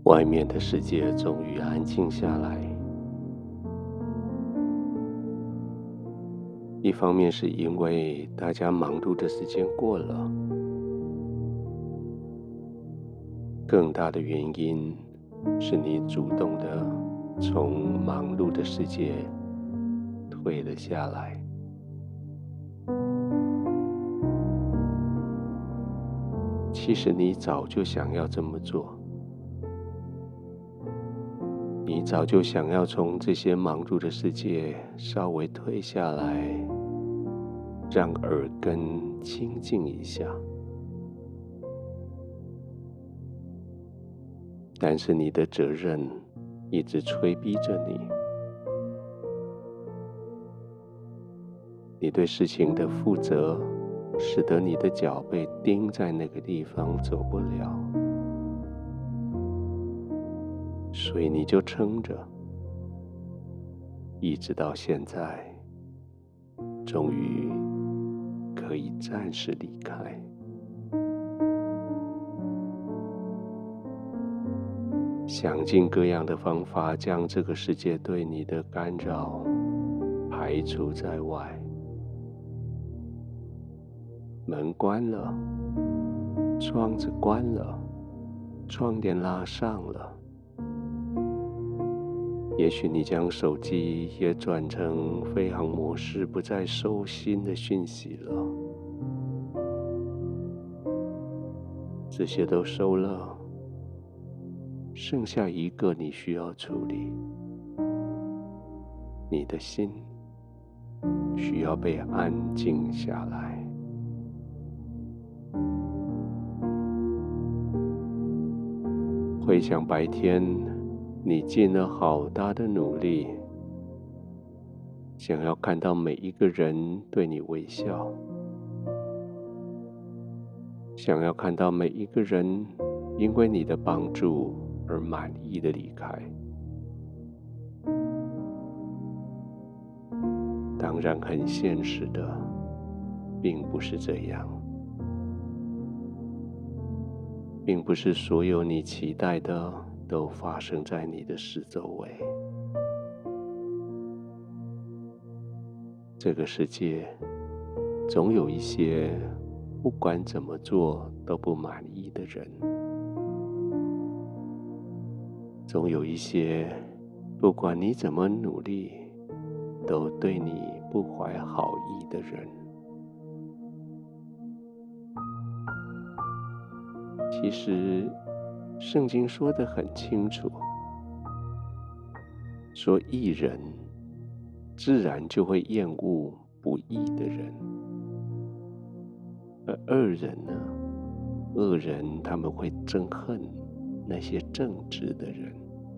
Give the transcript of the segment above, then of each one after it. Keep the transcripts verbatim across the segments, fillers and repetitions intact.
外面的世界终于安静下来。一方面是因为大家忙碌的时间过了，更大的原因是你主动的从忙碌的世界退了下来。其实你早就想要这么做，你早就想要从这些忙碌的世界稍微退下来，让耳根清静一下。但是你的责任一直催逼着你，你对事情的负责使得你的脚被钉在那个地方走不了，所以你就撑着，一直到现在，终于可以暂时离开。想尽各样的方法将这个世界对你的干扰排除在外。门关了，窗子关了，窗帘拉上了，也许你将手机也转成飞行模式，不再收新的讯息了。这些都收了，剩下一个你需要处理，你的心需要被安静下来。回想白天，你尽了好大的努力，想要看到每一个人对你微笑，想要看到每一个人因为你的帮助而满意的离开。当然很现实的，并不是这样，并不是所有你期待的都发生在你的四周围。这个世界总有一些不管怎么做都不满意的人，总有一些不管你怎么努力都对你不怀好意的人。其实圣经说得很清楚，说义人自然就会厌恶不义的人，而恶人呢，恶人他们会憎恨那些正直的人。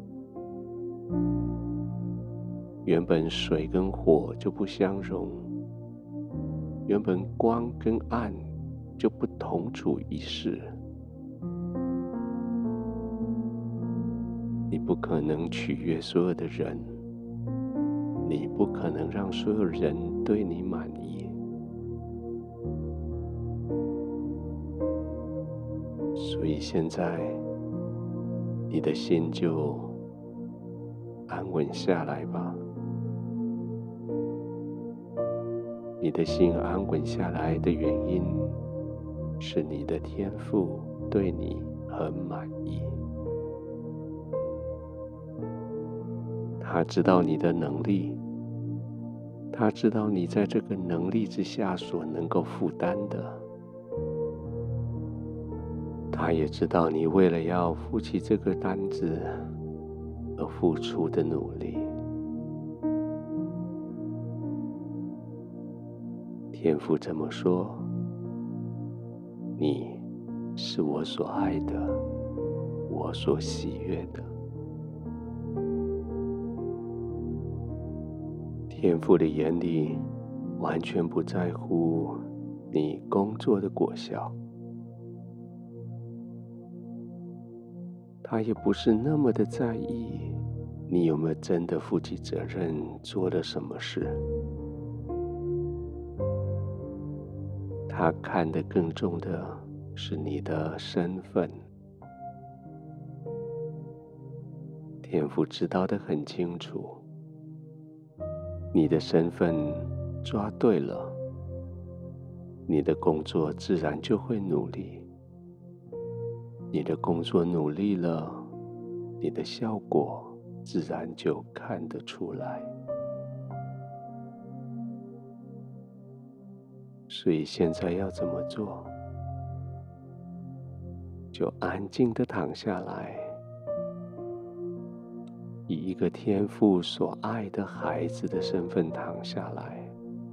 原本水跟火就不相容，原本光跟暗就不同处一室。你不可能取悦所有的人，你不可能让所有人对你满意。所以现在你的心就安稳下来吧。你的心安稳下来的原因是你的天父对你很满意，他知道你的能力，他知道你在这个能力之下所能够负担的，他也知道你为了要负起这个担子而付出的努力。天父这么说：你是我所爱的，我所喜悦的。天父的眼里完全不在乎你工作的果效，他也不是那么的在意你有没有真的负起责任做了什么事，他看得更重的是你的身份， 天父知道得很清楚，你的身份抓对了，你的工作自然就会努力，你的工作努力了，你的效果自然就看得出来。所以现在要怎么做？就安静地躺下来，以一个天父所爱的孩子的身份躺下来，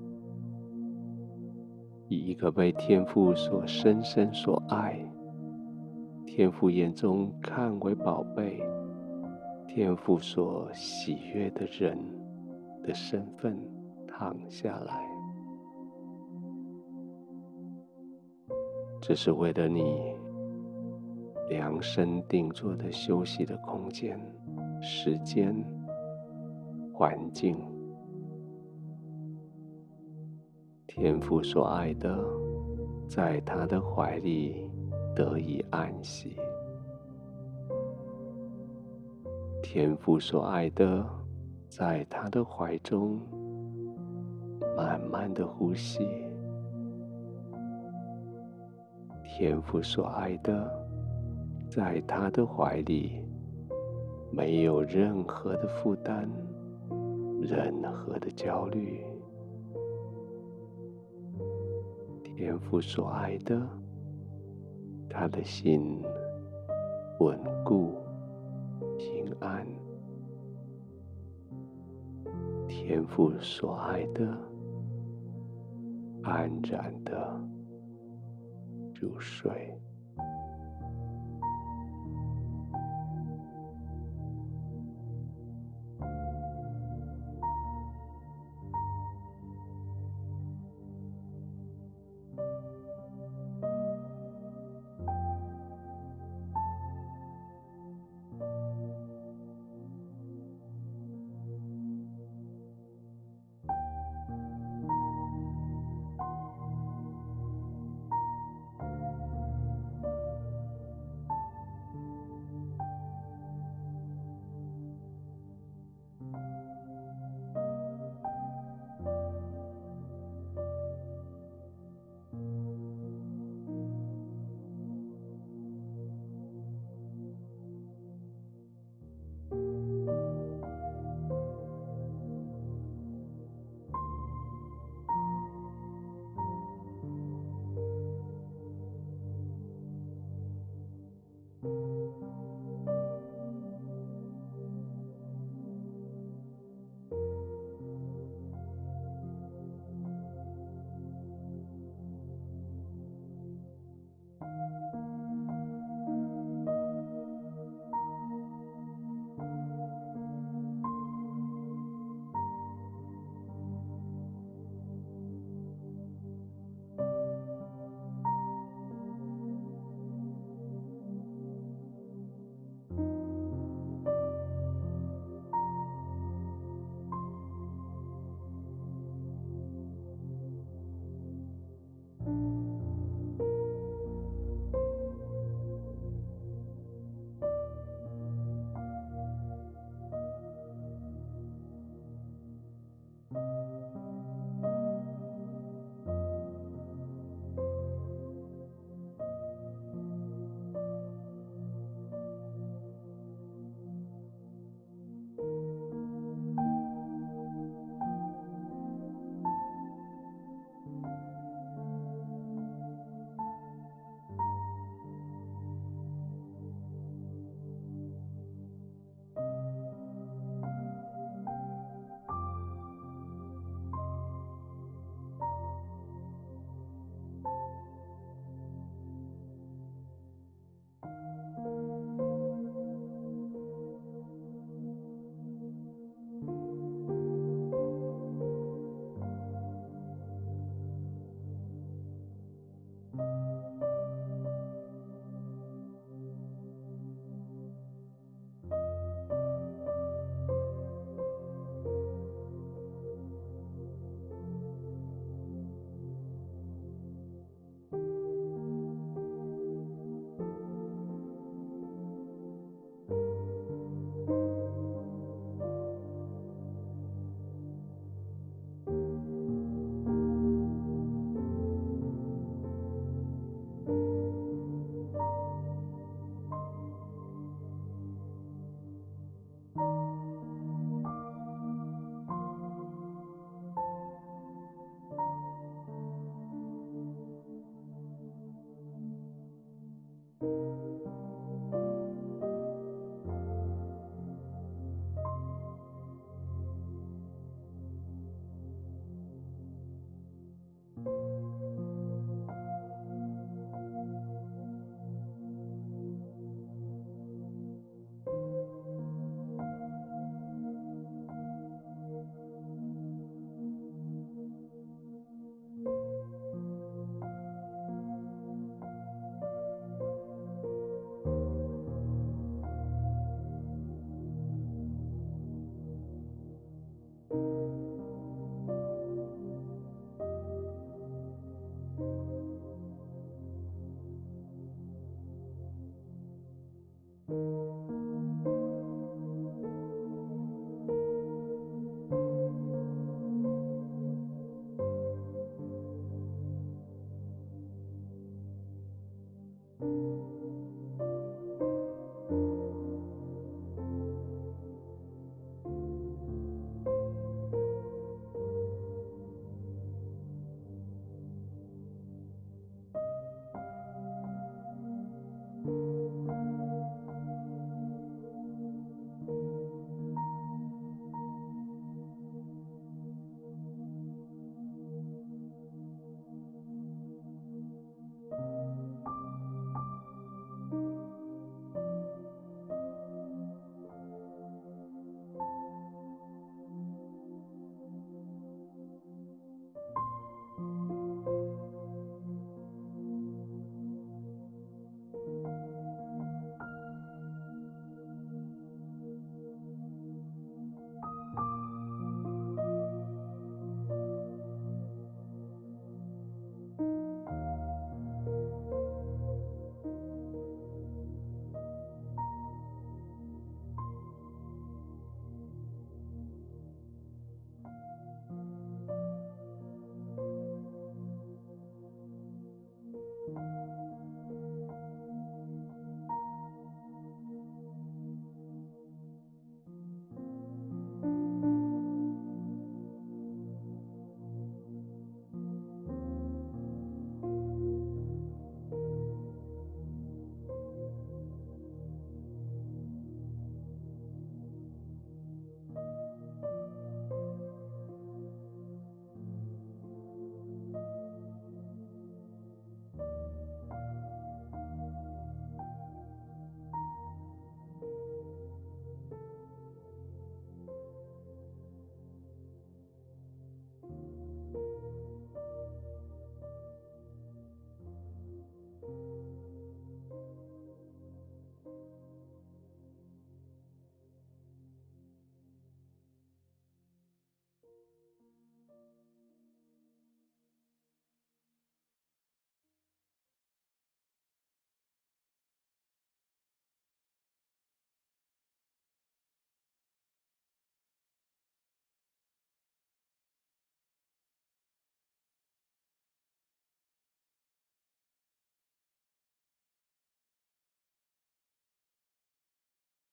以一个被天父所深深所爱，天父眼中看为宝贝，天父所喜悦的人的身份躺下来。这是为了你量身定做的休息的空间、时间、环境。天父所爱的，在他的怀里得以安息；天父所爱的，在他的怀中慢慢的呼吸。天父所爱的，在他的怀里没有任何的负担，任何的焦虑。天父所爱的，他的心稳固平安。天父所爱的，安然的入睡。